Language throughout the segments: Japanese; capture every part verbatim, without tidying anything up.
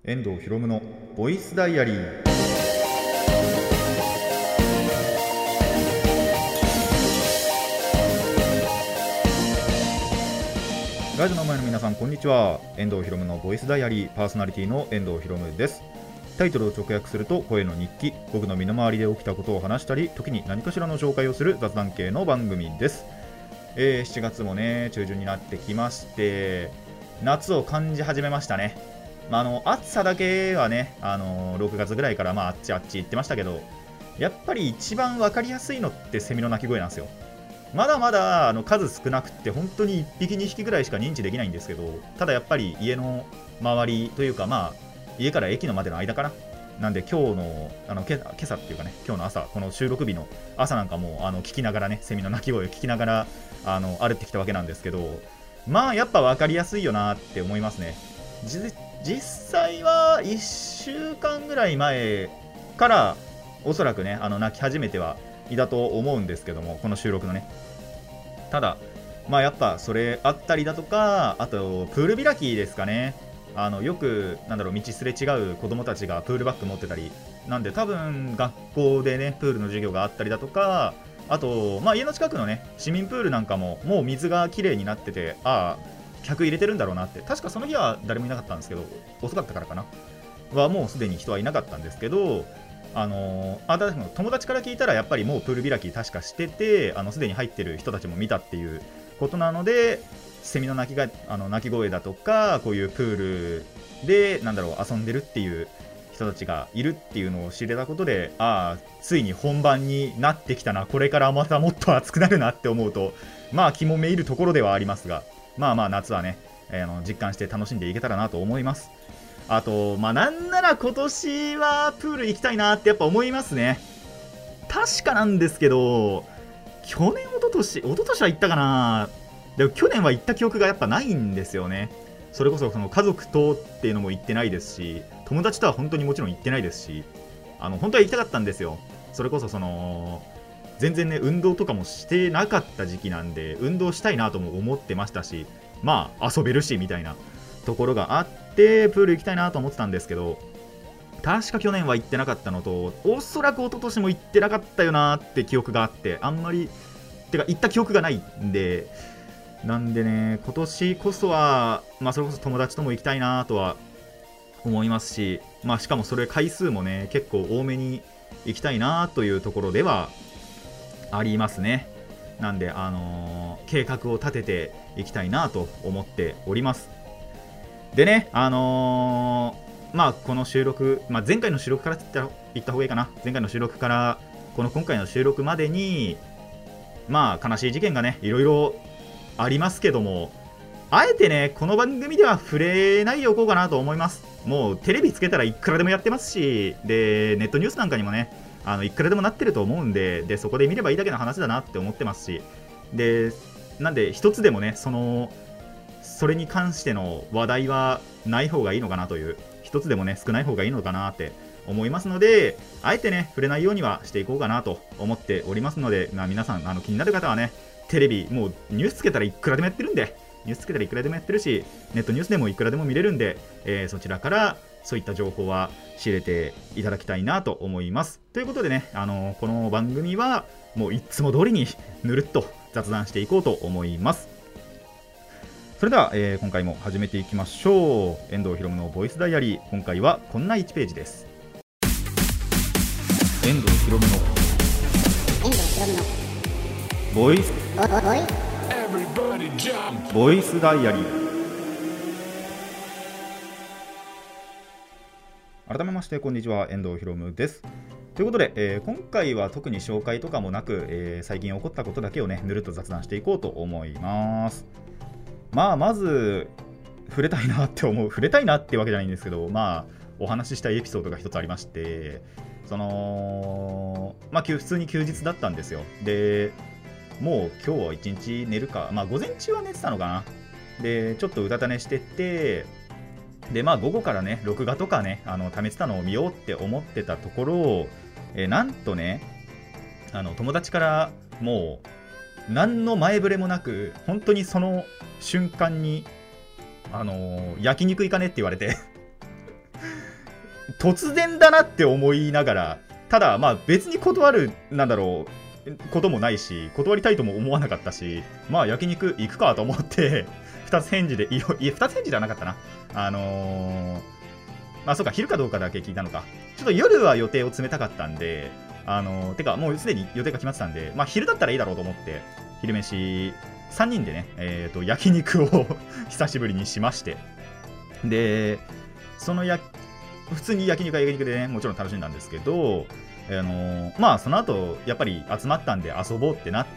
遠藤ひろむのボイスダイアリー。ラジオの前の皆さんこんにちは。遠藤ひろむのボイスダイアリーパーソナリティの遠藤ひろむです。タイトルを直訳すると声の日記。僕の身の回りで起きたことを話したり、時に何かしらの紹介をする雑談系の番組です。えー、しちがつもね中旬になってきまして、夏を感じ始めましたね。まあ、あの暑さだけはね、あのー、ろくがつぐらいから、まあ、あっちあっち行ってましたけど、やっぱり一番分かりやすいのってセミの鳴き声なんですよ。まだまだあの数少なくって本当にいっぴきにひきぐらいしか認知できないんですけど、ただやっぱり家の周りというか、まあ家から駅のまでの間かな、なんで今日のあの今朝っていうかね、今日の朝、この収録日の朝なんかもあの聞きながらね、セミの鳴き声を聞きながらあの歩ってきたわけなんですけど、まあやっぱ分かりやすいよなって思いますね。実際はいっしゅうかんぐらい前からおそらくね、あの鳴き始めてはいたと思うんですけども、この収録のね。ただまあやっぱそれあったりだとか、あとプール開きですかね。あのよくなんだろう、道すれ違う子供たちがプールバッグ持ってたり、なんで多分学校でねプールの授業があったりだとか、あとまあ家の近くのね市民プールなんかももう水がきれいになってて、ああ客入れてるんだろうなって。確かその日は誰もいなかったんですけど、遅かったからかなはもうすでに人はいなかったんですけど、あのー、あだ友達から聞いたらやっぱりもうプール開き確かしてて、あのすでに入ってる人たちも見たっていうことなので、セミの鳴きがあの鳴き声だとか、こういうプールでなんだろう遊んでるっていう人たちがいるっていうのを知れたことで、ああついに本番になってきたな、これからまたもっと暑くなるなって思うと、まあ気もめいるところではありますが、まあまあ夏はね、えー、あの実感して楽しんでいけたらなと思います。あとまあなんなら今年はプール行きたいなってやっぱ思いますね。確かなんですけど、去年一昨年一昨年は行ったかな。でも去年は行った記憶がやっぱないんですよね。それこそその家族とっていうのも行ってないですし、友達とは本当にもちろん行ってないですし、あの本当は行きたかったんですよ。それこそその全然ね運動とかもしてなかった時期なんで、運動したいなとも思ってましたし、まあ遊べるしみたいなところがあってプール行きたいなと思ってたんですけど、確か去年は行ってなかったのと、おそらく一昨年も行ってなかったよなって記憶があって、あんまりてか行った記憶がないんで、なんでね今年こそは、まあ、それこそ友達とも行きたいなとは思いますし、まあ、しかもそれ回数もね結構多めに行きたいなというところではありますね。なんで、あのー、計画を立てていきたいなと思っております。でね、あのー、まあこの収録、まあ、前回の収録から言った言った方がいいかな。前回の収録からこの今回の収録までに、まあ悲しい事件がねいろいろありますけども、あえてねこの番組では触れないでおこうかなと思います。もうテレビつけたらいくらでもやってますし、でネットニュースなんかにもねあのいくらでもなってると思うんで、でそこで見ればいいだけの話だなって思ってますし、でなんで一つでもねそのそれに関しての話題はない方がいいのかなという、一つでもね少ない方がいいのかなって思いますので、あえてね触れないようにはしていこうかなと思っておりますので、まあ、皆さんあの気になる方はね、テレビもうニュースつけたらいくらでもやってるんで、ニュースつけたらいくらでもやってるし、ネットニュースでもいくらでも見れるんで、えー、そちらからそういった情報は知れていただきたいなと思います。ということでね、あのー、この番組はもういつも通りにぬるっと雑談していこうと思います。それでは、えー、今回も始めていきましょう。遠藤ひろむのボイスダイアリー、今回はこんないちページです。遠藤ひろむのボイスボイスダイアリー。改めましてこんにちは、遠藤ひろむです。ということで、えー、今回は特に紹介とかもなく、えー、最近起こったことだけをねぬるっと雑談していこうと思います。まあまず触れたいなって思う触れたいなってわけじゃないんですけど、まあお話ししたいエピソードが一つありまして、そのまあ普通に休日だったんですよ。でもう今日は一日寝るか、まあ午前中は寝てたのかな。でちょっとうたた寝してて、でまあ午後からね録画とかねあの貯めてたのを見ようって思ってたところ、えなんとねあの友達からもう何の前触れもなく本当にその瞬間にあのー、焼肉行かねって言われて突然だなって思いながら、ただまあ別に断るなんだろうこともないし、断りたいとも思わなかったし、まあ焼肉行くかと思ってふたつ返事で、いやふたつ返事ではなかったな、あのー、まあそうか、昼かどうかだけ聞いたのか。ちょっと夜は予定を詰めたかったんで、あのー、てかもうすでに予定が決まってたんで、まあ昼だったらいいだろうと思って昼飯さんにんでね、えーと焼肉を久しぶりにしまして、でそのや普通に焼肉は焼肉でねもちろん楽しんだんですけど、あのー、まあその後やっぱり集まったんで遊ぼうってなって、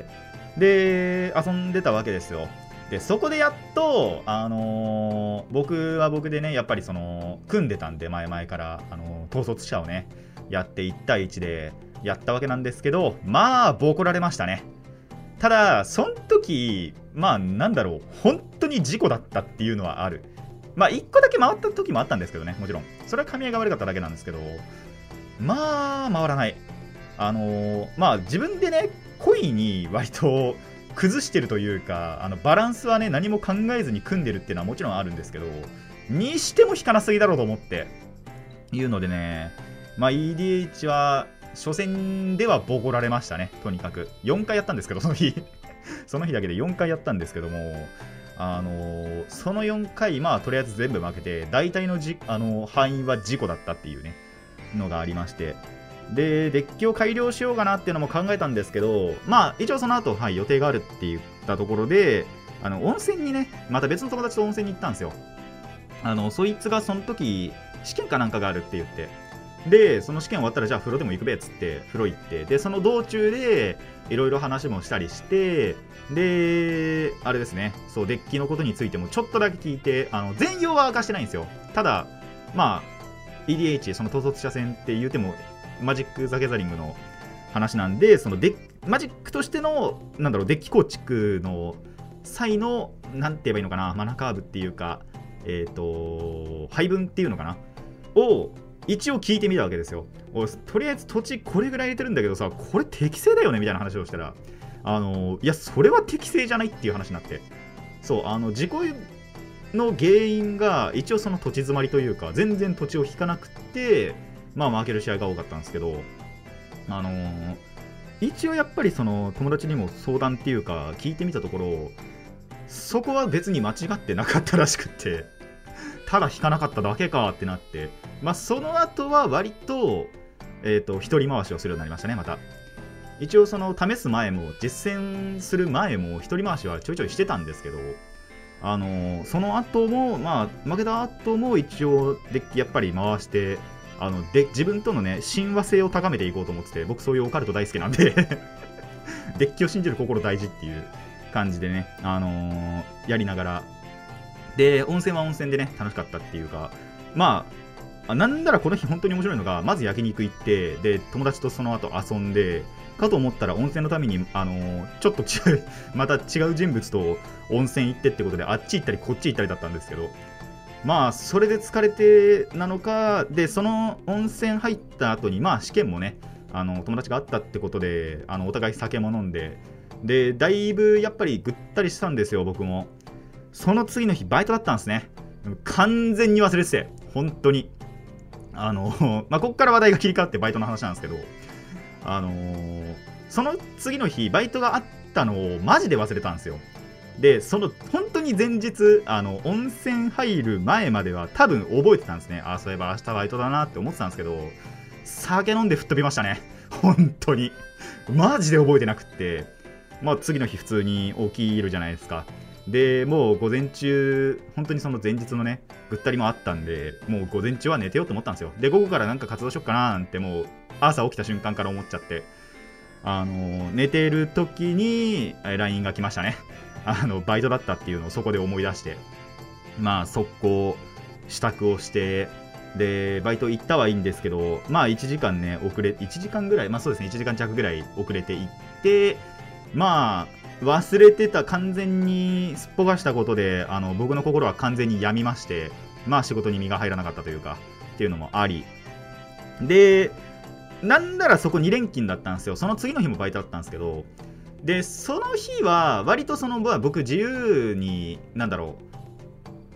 で遊んでたわけですよ。でそこでやっと、あのー、僕は僕でねやっぱりその組んでたんで、前々から、あのー、統率者をねやっていち対いちでやったわけなんですけど、まあボコられましたね。ただその時まあなんだろう、本当に事故だったっていうのはある。まあいっこだけ回った時もあったんですけどね、もちろんそれは神谷が悪かっただけなんですけど、まあ回らない。あのー、まあ自分でね故意に割と崩してるというか、あのバランスはね何も考えずに組んでるっていうのはもちろんあるんですけど、にしても引かなすぎだろうと思っていうのでね、まあ イーディーエイチ は初戦ではボコられましたね。とにかくよんかいやったんですけど、その日その日だけでよんかいやったんですけども、あのー、そのよんかいまあとりあえず全部負けて、大体のじ、あのー、範囲は事故だったっていうねのがありまして、でデッキを改良しようかなっていうのも考えたんですけど、まあ一応その後、はい、予定があるって言ったところで、あの温泉にねまた別の友達と温泉に行ったんですよ。あのそいつがその時試験かなんかがあるって言って、でその試験終わったらじゃあ風呂でも行くべっつって風呂行って、でその道中でいろいろ話もしたりして、であれですね、そうデッキのことについてもちょっとだけ聞いて、あの全容は明かしてないんですよ。ただまあ イーディーエイチ その統率者戦って言うてもマジック・ザ・ギャザリングの話なんで、そのデマジックとしてのなんだろうデッキ構築の際のなんて言えばいいのかな、マナカーブっていうか、えっと配分っていうのかなを一応聞いてみたわけですよ。とりあえず土地これぐらい入れてるんだけどさ、これ適正だよねみたいな話をしたら、あのいやそれは適正じゃないっていう話になって、そうあの事故の原因が一応その土地詰まりというか、全然土地を引かなくてまあ負ける試合が多かったんですけど、あのー、一応やっぱりその友達にも相談っていうか聞いてみたところ、そこは別に間違ってなかったらしくって、ただ引かなかっただけかってなって、まあその後は割とえっと一人回しをするようになりましたね。また一応その試す前も実践する前も一人回しはちょいちょいしてたんですけど、あのー、その後もまあ負けた後も一応デッキやっぱり回して、あので自分とのね親和性を高めていこうと思ってて、僕そういうオカルト大好きなんでデッキを信じる心大事っていう感じでね、あのー、やりながら、で温泉は温泉でね楽しかったっていうか、まあなんならこの日本当に面白いのが、まず焼肉行って、で友達とその後遊んでかと思ったら、温泉のために、あのー、ちょっと違うまた違う人物と温泉行ってってことで、あっち行ったりこっち行ったりだったんですけど、まあそれで疲れてなのかで、その温泉入った後にまあ試験もね、あの友達があったってことで、あのお互い酒も飲んで、でだいぶやっぱりぐったりしたんですよ。僕もその次の日バイトだったんですね。完全に忘れてて、本当にあのまあこっから話題が切り替わってバイトの話なんですけど、あのー、その次の日バイトがあったのをマジで忘れたんですよ。でその本当に前日、あの温泉入る前までは多分覚えてたんですね。あ、そういえば明日バイトだなって思ってたんですけど、酒飲んで吹っ飛びましたね。本当にマジで覚えてなくって、まあ次の日普通に起きるじゃないですか。でもう午前中本当にその前日のねぐったりもあったんで、もう午前中は寝てようと思ったんですよ。で午後からなんか活動しよっかなーなんて、もう朝起きた瞬間から思っちゃって、あのー、寝てる時に ライン が来ましたね。あのバイトだったっていうのをそこで思い出して、まあ速攻支度をして、でバイト行ったはいいんですけど、まあいちじかんね遅れいちじかんぐらい、まあそうですねいちじかん弱ぐらい遅れて行って、まあ忘れてた、完全にすっぽかしたことで、あの僕の心は完全に病みまして、まあ仕事に身が入らなかったというかっていうのもあり、でなんならそこに連勤だったんですよ。その次の日もバイトだったんですけど、でその日は割とその僕自由になんだろ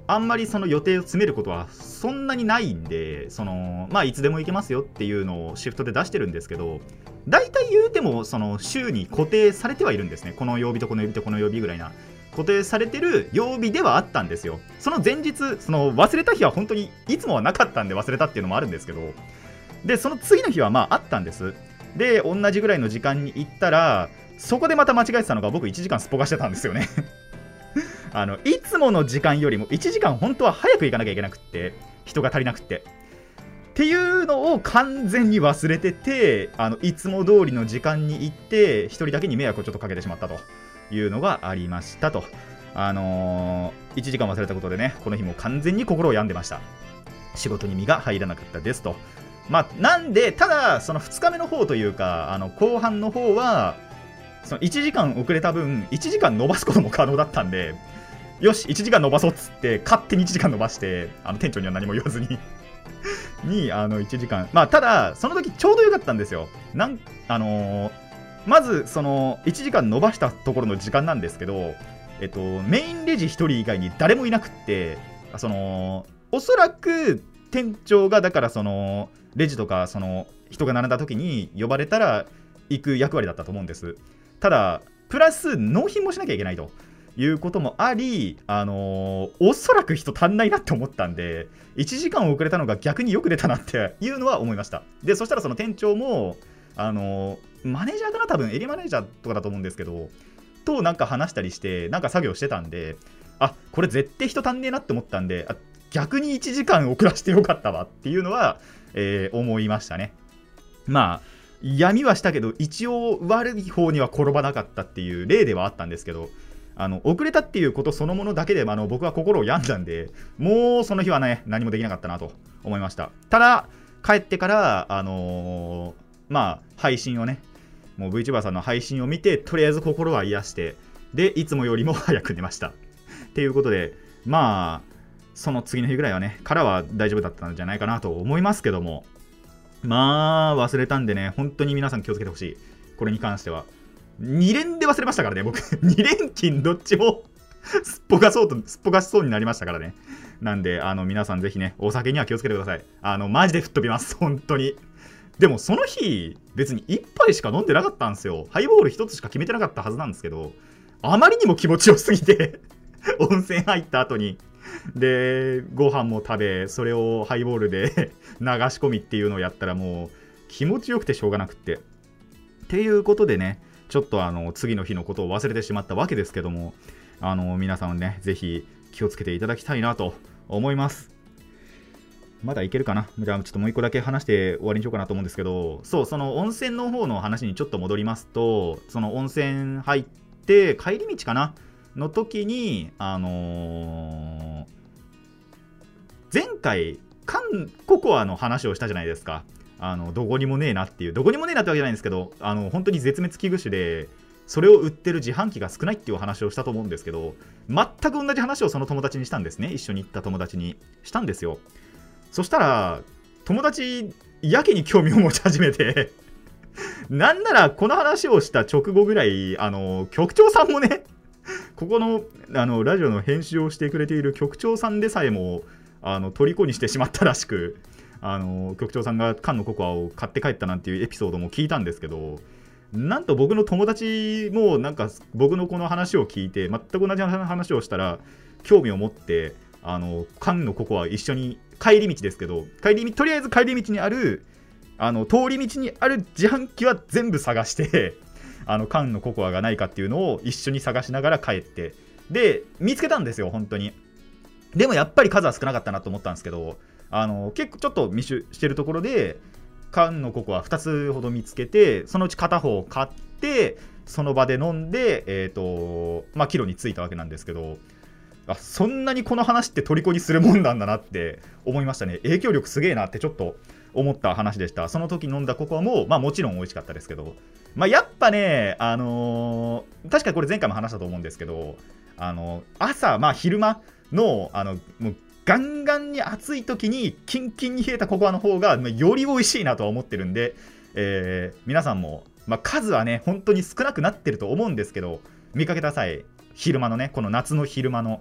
あんまりその予定を詰めることはそんなにないんで、そのまあいつでも行けますよっていうのをシフトで出してるんですけど、大体言うてもその週に固定されてはいるんですね。この曜日とこの曜日とこの曜日ぐらいな固定されてる曜日ではあったんですよ。その前日、その忘れた日は本当にいつもはなかったんで忘れたっていうのもあるんですけど、でその次の日はまああったんです。で同じぐらいの時間に行ったら、そこでまた間違えてたのが、僕いちじかんすっぽかしてたんですよねあのいつもの時間よりもいちじかん本当は早く行かなきゃいけなくって、人が足りなくってっていうのを完全に忘れてて、あのいつも通りの時間に行ってひとりだけに迷惑をちょっとかけてしまったというのがありましたと。あのー、いちじかん忘れたことでね、この日も完全に心を病んでました。仕事に身が入らなかったですと。まあなんで、ただそのふつかめの方というか、あの後半の方はそのいちじかん遅れた分いちじかん伸ばすことも可能だったんで、よしいちじかん伸ばそうっつって勝手にいちじかん伸ばして、あの店長には何も言わずににあのいちじかん、まあただその時ちょうどよかったんですよ。なんあのー、まずそのいちじかん伸ばしたところの時間なんですけど、えっとメインレジひとり以外に誰もいなくって、そのおそらく店長がだからそのレジとかその人が並んだ時に呼ばれたら行く役割だったと思うんです。ただプラス納品もしなきゃいけないということもあり、あのー、おそらく人足んないなって思ったんで、いちじかん遅れたのが逆によく出たなっていうのは思いました。でそしたらその店長も、あのー、マネージャーかな、多分エリアマネージャーとかだと思うんですけど、となんか話したりしてなんか作業してたんで、あこれ絶対人足んねえなって思ったんで、あ逆にいちじかん遅らせてよかったわっていうのは、えー、思いましたね。まあ闇はしたけど一応悪い方には転ばなかったっていう例ではあったんですけど、あの遅れたっていうことそのものだけで、あの僕は心を病んだんで、もうその日はね何もできなかったなと思いました。ただ帰ってからあのー、まあ配信をね、もう VTuber さんの配信を見て、とりあえず心は癒して、でいつもよりも早く寝ましたっていうことで、まあその次の日ぐらいはねからは大丈夫だったんじゃないかなと思いますけども、まあ忘れたんでね、本当に皆さん気をつけてほしい。これに関してはに連で忘れましたからね、僕に連勤どっちもすっぽかそうとすっぽかしそうになりましたからね。なんであの皆さんぜひね、お酒には気をつけてください。あのマジで吹っ飛びます、本当に。でもその日別にいっぱいしか飲んでなかったんですよ。ハイボールひとつしか決めてなかったはずなんですけど、あまりにも気持ちよすぎて温泉入った後にでご飯も食べ、それをハイボールで流し込みっていうのをやったら、もう気持ちよくてしょうがなくってっていうことでね、ちょっとあの次の日のことを忘れてしまったわけですけども、あの皆さんねぜひ気をつけていただきたいなと思います。まだいけるかな。じゃあちょっともう一個だけ話して終わりにしようかなと思うんですけど、そう、その温泉の方の話にちょっと戻りますと、その温泉入って帰り道かなの時に、あのー、前回缶ココアの話をしたじゃないですか。あのどこにもねえなっていう、どこにもねえなってわけじゃないんですけど、あの本当に絶滅危惧種でそれを売ってる自販機が少ないっていう話をしたと思うんですけど、全く同じ話をその友達にしたんですね。一緒に行った友達にしたんですよ。そしたら友達やけに興味を持ち始めてなんならこの話をした直後ぐらい、あの局長さんもねここのあのラジオの編集をしてくれている局長さんでさえもあの虜にしてしまったらしく、あの局長さんが缶のココアを買って帰ったなんていうエピソードも聞いたんですけど、なんと僕の友達もなんか僕のこの話を聞いて全く同じ話をしたら興味を持って、あの缶のココア一緒に帰り道ですけど、帰りとりあえず帰り道にあるあの通り道にある自販機は全部探してあの缶のココアがないかっていうのを一緒に探しながら帰って、で見つけたんですよ本当に。でもやっぱり数は少なかったなと思ったんですけど、あの結構ちょっと密集してるところで缶のココアふたつほど見つけて、そのうち片方を買ってその場で飲んで、えーとまあ、帰路に着いたわけなんですけど、あそんなにこの話って虜にするもんなんだなって思いましたね。影響力すげえなってちょっと思った話でした。その時飲んだココアも、まあ、もちろん美味しかったですけど、まあ、やっぱね、あのー、確かにこれ前回も話したと思うんですけど、あの朝、まあ、昼間の、あのもうガンガンに暑い時にキンキンに冷えたココアの方がより美味しいなとは思ってるんで、えー、皆さんも、まあ、数はね本当に少なくなってると思うんですけど、見かけた際昼間のね、この夏の昼間の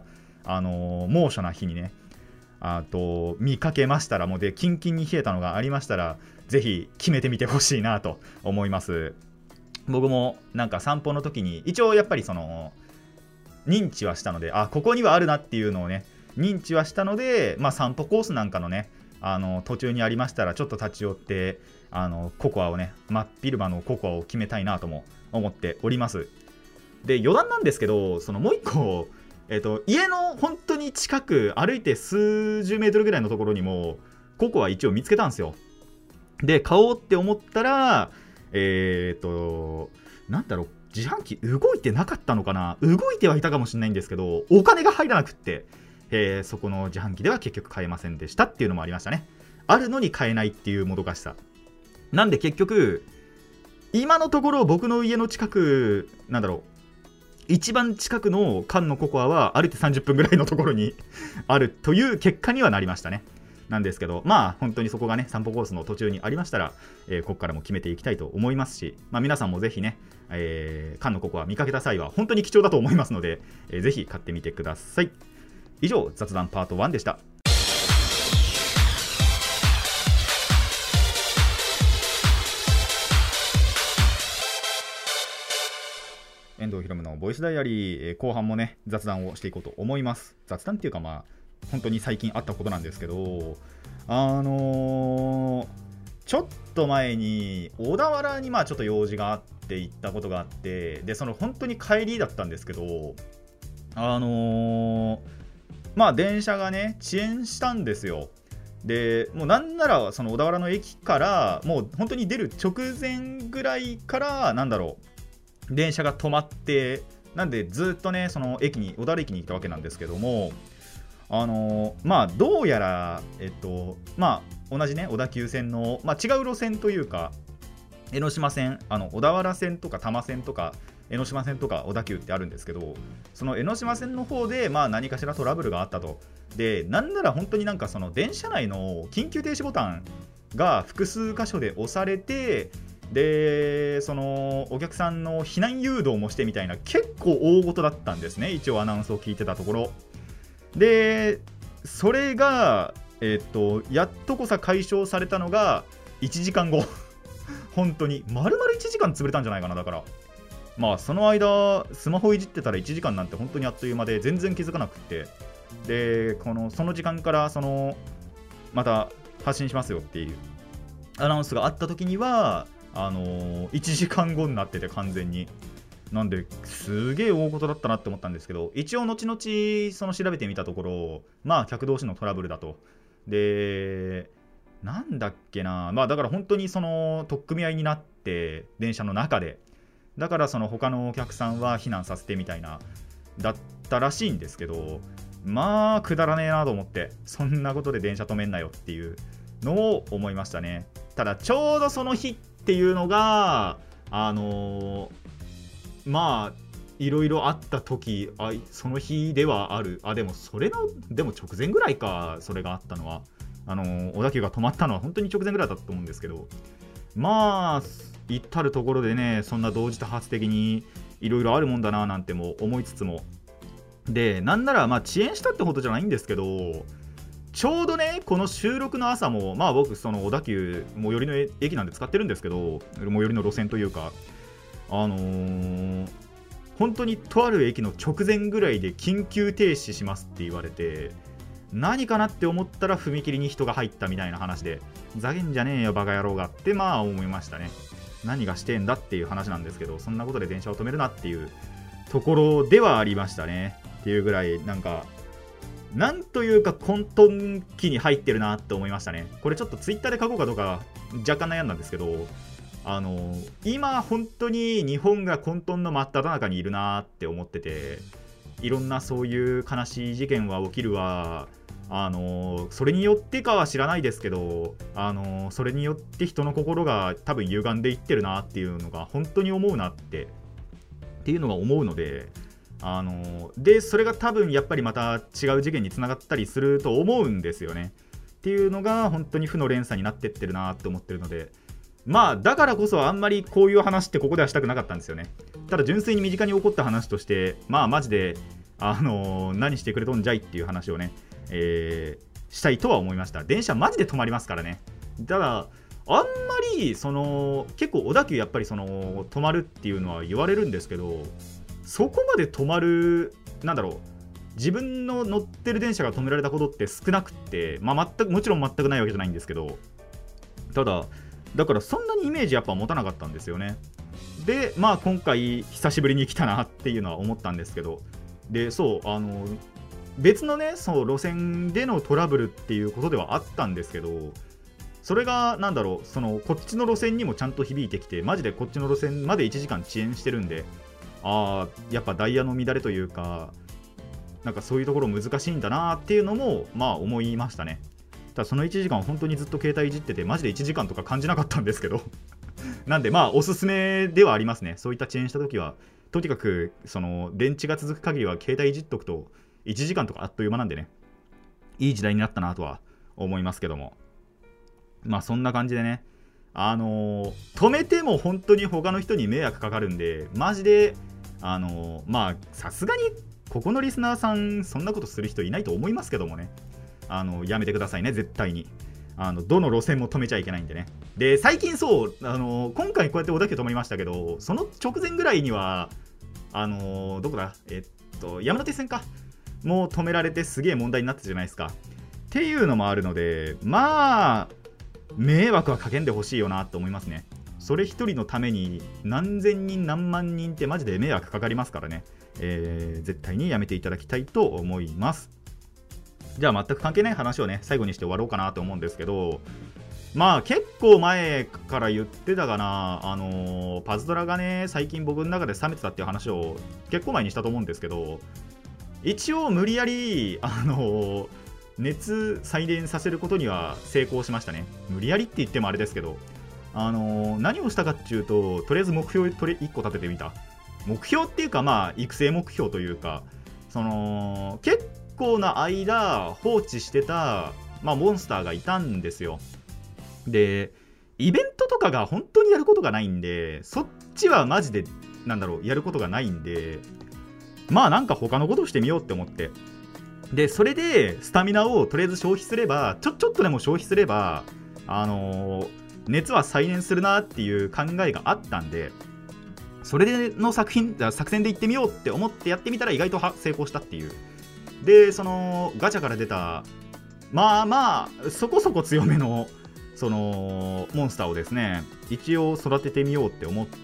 あのー、猛暑な日にねあと見かけましたら、もうでキンキンに冷えたのがありましたら、ぜひ決めてみてほしいなと思います。僕もなんか散歩の時に一応やっぱりその認知はしたので、あ、ここにはあるなっていうのをね認知はしたので、まあ、散歩コースなんかのねあの途中にありましたらちょっと立ち寄ってあのココアをね真っ昼間のココアを決めたいなとも思っております。で余談なんですけど、そのもう一個えっと、家の本当に近く歩いて数十メートルぐらいのところにもココア一応見つけたんですよ。で買おうって思ったらえっとなんだろう、自販機動いてなかったのかな、動いてはいたかもしれないんですけどお金が入らなくって、えー、そこの自販機では結局買えませんでしたっていうのもありましたね。あるのに買えないっていうもどかしさなんで、結局今のところ僕の家の近くなんだろう一番近くの缶のココアは歩いてさんじゅっぷんぐらいのところにあるという結果にはなりましたね。なんですけど、まあ本当にそこがね散歩コースの途中にありましたら、えー、ここからも決めていきたいと思いますし、まあ、皆さんもぜひね、えー、缶のココア見かけた際は本当に貴重だと思いますので、えー、ぜひ買ってみてください。以上、雑談パートワンでした。遠藤ひろむのボイスダイアリー、えー、後半もね雑談をしていこうと思います。雑談っていうかまあ本当に最近あったことなんですけど、あのー、ちょっと前に小田原にまあちょっと用事があって行ったことがあって、でその本当に帰りだったんですけど、あのー、まあ電車がね遅延したんですよ。でもうなんならその小田原の駅からもう本当に出る直前ぐらいからなんだろう電車が止まって、なんでずっとねその駅に小田原駅に行ったわけなんですけども、あのー、まあどうやらえっとまあ同じね小田急線の、まあ、違う路線というか江ノ島線、あの小田原線とか多摩線とか江ノ島線とか小田急ってあるんですけど、その江ノ島線の方でまあ何かしらトラブルがあったと。でなんなら本当になんかその電車内の緊急停止ボタンが複数箇所で押されて、でそのお客さんの避難誘導もしてみたいな結構大事だったんですね、一応アナウンスを聞いてたところで。それがえっとやっとこさ解消されたのがいちじかんご本当に丸々いちじかん潰れたんじゃないかな。だからまあその間スマホいじってたらいちじかんなんて本当にあっという間で全然気づかなくって、でこのその時間からそのまた発信しますよっていうアナウンスがあった時にはあのー、いちじかんごになってて完全に、なんですげえ大事だったなって思ったんですけど、一応後々その調べてみたところ、まあ客同士のトラブルだと。でなんだっけな、まあだから本当にその取っ組み合いになって電車の中で、だからその他のお客さんは避難させてみたいなだったらしいんですけど、まあくだらねえなと思って、そんなことで電車止めんなよっていうのを思いましたね。ただちょうどその日っていうのがあのー、まあいろいろあった時、あその日ではある。あでもそれのでも直前ぐらいか、それがあったのはあのー、小田急が止まったのは本当に直前ぐらいだったと思うんですけど、まあ至るところでねそんな同時多発的にいろいろあるもんだななんても思いつつも、でなんならまあ遅延したってことじゃないんですけど、ちょうどねこの収録の朝もまあ僕その小田急最寄りの駅なんで使ってるんですけど、最寄りの路線というかあのー、本当にとある駅の直前ぐらいで緊急停止しますって言われて、何かなって思ったら踏切に人が入ったみたいな話で、ざけんじゃねえよバカ野郎がってまあ思いましたね。何がしてんだっていう話なんですけど、そんなことで電車を止めるなっていうところではありましたね。っていうぐらいなんかなんというか混沌期に入ってるなって思いましたね。これちょっとツイッターで書こうかどうか若干悩んだんですけど、あの今本当に日本が混沌の真っ只中にいるなって思ってて、いろんなそういう悲しい事件は起きるわ、あのそれによってかは知らないですけど、あのそれによって人の心が多分歪んでいってるなっていうのが本当に思うなってっていうのが思うので、あのでそれが多分やっぱりまた違う事件につながったりすると思うんですよねっていうのが本当に負の連鎖になってってるなって思ってるので、まあだからこそあんまりこういう話ってここではしたくなかったんですよね。ただ純粋に身近に起こった話として、まあマジであのー、何してくれとんじゃいっていう話をね、えー、したいとは思いました。電車マジで止まりますからね。ただあんまりその結構小田急やっぱりその止まるっていうのは言われるんですけど、そこまで止まる、なんだろう、自分の乗ってる電車が止められたことって少なくって、まあ、全くもちろん全くないわけじゃないんですけど、ただだからそんなにイメージやっぱ持たなかったんですよね。でまあ今回久しぶりに来たなっていうのは思ったんですけど、でそうあの別のねそう路線でのトラブルっていうことではあったんですけど、それがなんだろう、そのこっちの路線にもちゃんと響いてきて、マジでこっちの路線までいちじかん遅延してるんで、ああやっぱダイヤの乱れというか、なんかそういうところ難しいんだなっていうのもまあ思いましたね。ただそのいちじかん本当にずっと携帯いじってて、マジでいちじかんとか感じなかったんですけどなんでまあおすすめではありますね。そういった遅延した時はとにかくその電池が続く限りは携帯いじっとくといちじかんとかあっという間なんでね、いい時代になったなとは思いますけども、まあそんな感じでね、あのー、止めても本当に他の人に迷惑かかるんで、マジであのー、まあさすがにここのリスナーさんそんなことする人いないと思いますけどもね、あのやめてくださいね、絶対に。あのどの路線も止めちゃいけないんでね。で最近そう、あの今回こうやって小田急止まりましたけど、その直前ぐらいにはあのどこだえっと山手線かもう止められてすげえ問題になってたじゃないですか。っていうのもあるので、まあ迷惑はかけんでほしいよなと思いますね。それ一人のために何千人何万人ってマジで迷惑かかりますからね、えー、絶対にやめていただきたいと思います。じゃあ全く関係ない話をね最後にして終わろうかなと思うんですけど、まあ結構前から言ってたかな、あのー、パズドラがね最近僕の中で冷めてたっていう話を結構前にしたと思うんですけど、一応無理やりあのー、熱再燃させることには成功しましたね。無理やりって言ってもあれですけど、あのー、何をしたかっていうと、とりあえず目標とりいっこ立ててみた。目標っていうかまあ育成目標というか、その結構結構な間放置してた、まあ、モンスターがいたんですよ。でイベントとかが本当にやることがないんで、そっちはマジでなんだろうやることがないんで、まあなんか他のことをしてみようって思って、でそれでスタミナをとりあえず消費すれば、ちょちょっとでも消費すればあのー、熱は再燃するなっていう考えがあったんで、それの作品作戦で行ってみようって思ってやってみたら意外と成功したっていう。でそのガチャから出たまあまあそこそこ強めのそのモンスターをですね一応育ててみようって思って、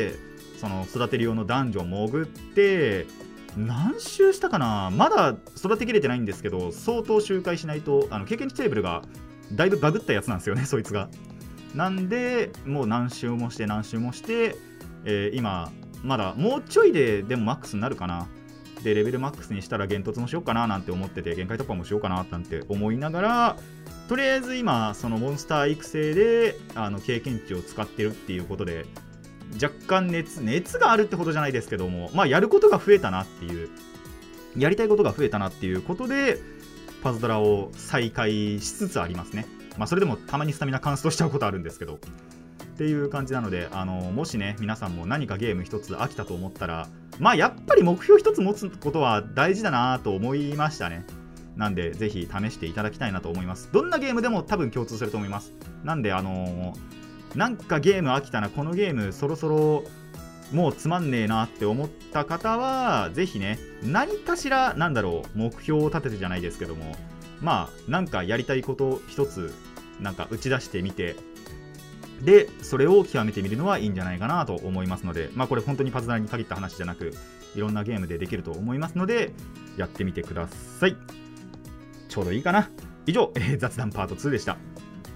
その育てる用のダンジョン潜って何周したかな、まだ育てきれてないんですけど、相当周回しないとあの経験値テーブルがだいぶバグったやつなんですよね、そいつが。なんでもう何周もして何周もして、えー、今まだもうちょいででもマックスになるかな。でレベルマックスにしたら幻突もしようかななんて思ってて、限界突破もしようかななんて思いながら、とりあえず今そのモンスター育成であの経験値を使ってるっていうことで、若干熱熱があるってほどじゃないですけども、まあやることが増えたなっていう、やりたいことが増えたなっていうことでパズドラを再開しつつありますね。まあそれでもたまにスタミナカンストしちゃうことあるんですけどっていう感じなので、あのもしね皆さんも何かゲーム一つ飽きたと思ったら、まあやっぱり目標一つ持つことは大事だなと思いましたね。なんでぜひ試していただきたいなと思います。どんなゲームでも多分共通すると思います。なんであのー、なんかゲーム飽きたな、このゲームそろそろもうつまんねえなって思った方はぜひね何かしらなんだろう目標を立ててじゃないですけども、まあなんかやりたいこと一つなんか打ち出してみて、でそれを極めてみるのはいいんじゃないかなと思いますので、まあこれ本当にパズドラに限った話じゃなくいろんなゲームでできると思いますのでやってみてください。ちょうどいいかな。以上、えー、雑談パートツーでした。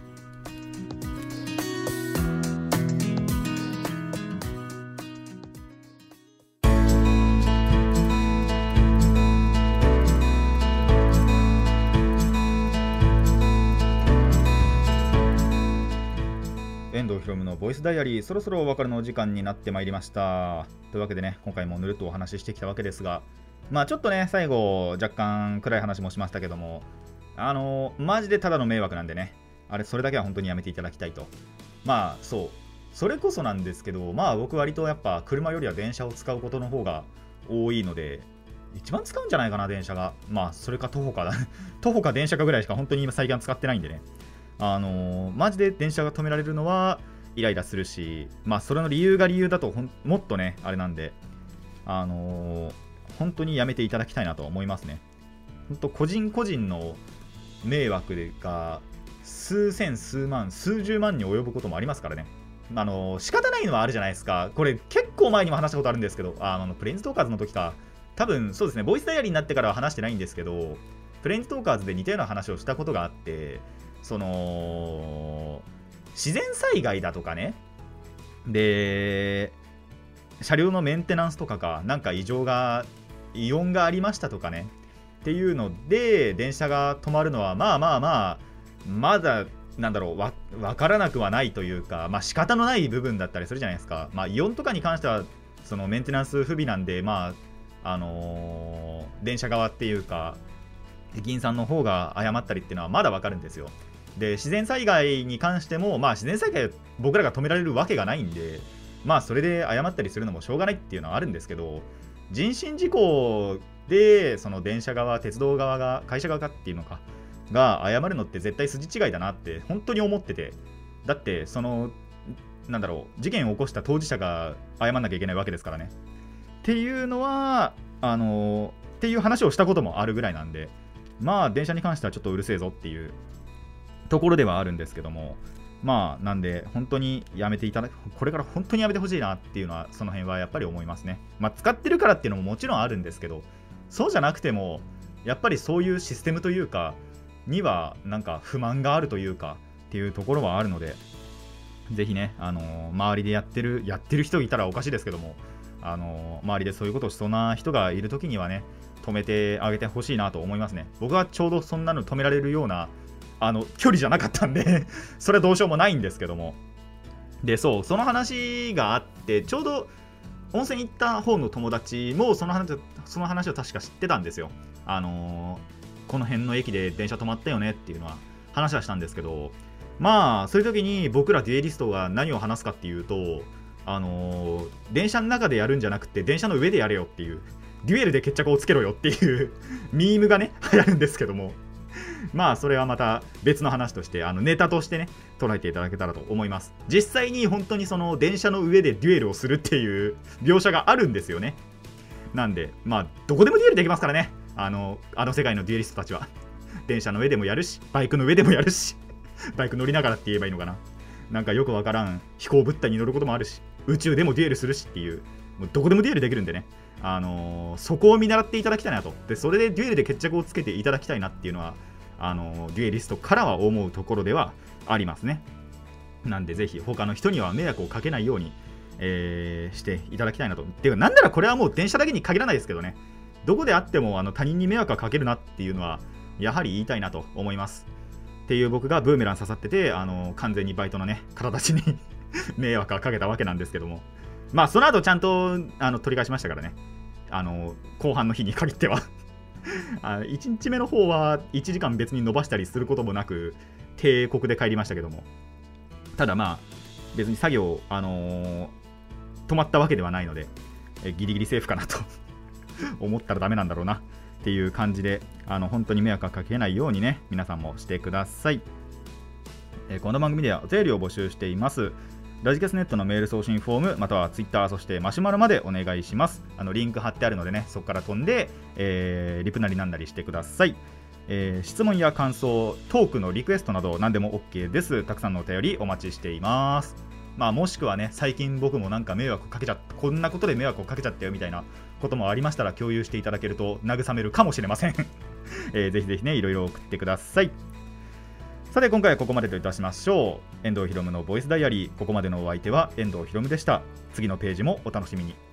遠藤ひろむのボイスダイアリー、そろそろお別れのお時間になってまいりました。というわけでね、今回もぬるっとお話ししてきたわけですが、まあちょっとね最後若干暗い話もしましたけども、あのー、マジでただの迷惑なんでね、あれそれだけは本当にやめていただきたいと。まあそうそれこそなんですけど、まあ僕割とやっぱ車よりは電車を使うことの方が多いので、 一番使うんじゃないかな、電車が。まあそれか徒歩かだ徒歩か電車かぐらいしか本当に今最近は使ってないんでね。あのー、マジで電車が止められるのはイライラするし、まあそれの理由が理由だとほんもっとねあれなんで、あのー、本当にやめていただきたいなと思いますね。本当個人個人の迷惑が数千数万数十万に及ぶこともありますからね。あのー、仕方ないのはあるじゃないですか。これ結構前にも話したことあるんですけど、あのプレインズトーカーズの時か、多分そうですね、ボイスダイアリーになってからは話してないんですけど、プレインズトーカーズで似たような話をしたことがあって、その自然災害だとかね、で車両のメンテナンスとかか、なんか異常が異音がありましたとかねっていうので電車が止まるのはまあまあまあまだなんだろう、わ分からなくはないというか、まあ仕方のない部分だったりするじゃないですか。まあ異音とかに関してはそのメンテナンス不備なんで、まああのー、電車側っていうか駅員さんの方が謝ったりっていうのはまだ分かるんですよ。で自然災害に関しても、まあ自然災害僕らが止められるわけがないんで、まあそれで謝ったりするのもしょうがないっていうのはあるんですけど、人身事故でその電車側、鉄道側が、会社側かっていうのかが謝るのって絶対筋違いだなって本当に思ってて、だってそのなんだろう、事件を起こした当事者が謝んなきゃいけないわけですからねっていうのはあのっていう話をしたこともあるぐらいなんで、まあ電車に関してはちょっとうるせえぞっていうところではあるんですけども、まあなんで本当にやめていただこれから本当にやめてほしいなっていうのはその辺はやっぱり思いますね。まあ使ってるからっていうのももちろんあるんですけど、そうじゃなくてもやっぱりそういうシステムというかにはなんか不満があるというかっていうところはあるので、ぜひね、あのー、周りでやってるやってる人いたらおかしいですけども、あのー、周りでそういうことをしそうな人がいるときにはね、止めてあげてほしいなと思いますね。僕はちょうどそんなの止められるようなあの距離じゃなかったんでそれはどうしようもないんですけども、でそうその話があって、ちょうど温泉行った方の友達もその話その話を確か知ってたんですよ。あのー、この辺の駅で電車止まったよねっていうのは話はしたんですけど、まあそういう時に僕らデュエリストが何を話すかっていうと、あのー、電車の中でやるんじゃなくて電車の上でやれよっていう、デュエルで決着をつけろよっていうミームがね流行るんですけども、まあそれはまた別の話として、あのネタとしてね捉えていただけたらと思います。実際に本当にその電車の上でデュエルをするっていう描写があるんですよね。なんでまあどこでもデュエルできますからね、あのあの世界のデュエリストたちは電車の上でもやるし、バイクの上でもやるしバイク乗りながらって言えばいいのかな、なんかよくわからん飛行物体に乗ることもあるし、宇宙でもデュエルするしっていう、もうどこでもデュエルできるんでね、あのー、そこを見習っていただきたいなと。でそれでデュエルで決着をつけていただきたいなっていうのはあのデュエリストからは思うところではありますね。なんでぜひ他の人には迷惑をかけないように、えー、していただきたいなと。ていうかなんならこれはもう電車だけに限らないですけどね、どこであってもあの他人に迷惑をかけるなっていうのはやはり言いたいなと思いますっていう、僕がブーメラン刺さってて、あの完全にバイトのね方たちに迷惑をかけたわけなんですけども、まあその後ちゃんとあの取り返しましたからね、あの後半の日に限ってはあいちにちめの方はいちじかん別に伸ばしたりすることもなく定刻で帰りましたけども、ただまあ別に作業、あのー、止まったわけではないのでえギリギリセーフかなと思ったらダメなんだろうなっていう感じで、あの本当に迷惑をかけないようにね皆さんもしてください。えこの番組ではお便りを募集しています。ラジキャスネットのメール送信フォームまたはツイッター、そしてマシュマロまでお願いします。あのリンク貼ってあるのでね、そこから飛んで、えー、リプなりなんなりしてください。えー、質問や感想、トークのリクエストなど何でも OK です。たくさんのお便りお待ちしています。まあもしくはね、最近僕もなんか迷惑かけちゃった、こんなことで迷惑をかけちゃったよみたいなこともありましたら共有していただけると慰めるかもしれません、えー、ぜひぜひねいろいろ送ってください。さて今回はここまでといたしましょう。遠藤ひろむのボイスダイアリー、ここまでのお相手は遠藤ひろむでした。次のページもお楽しみに。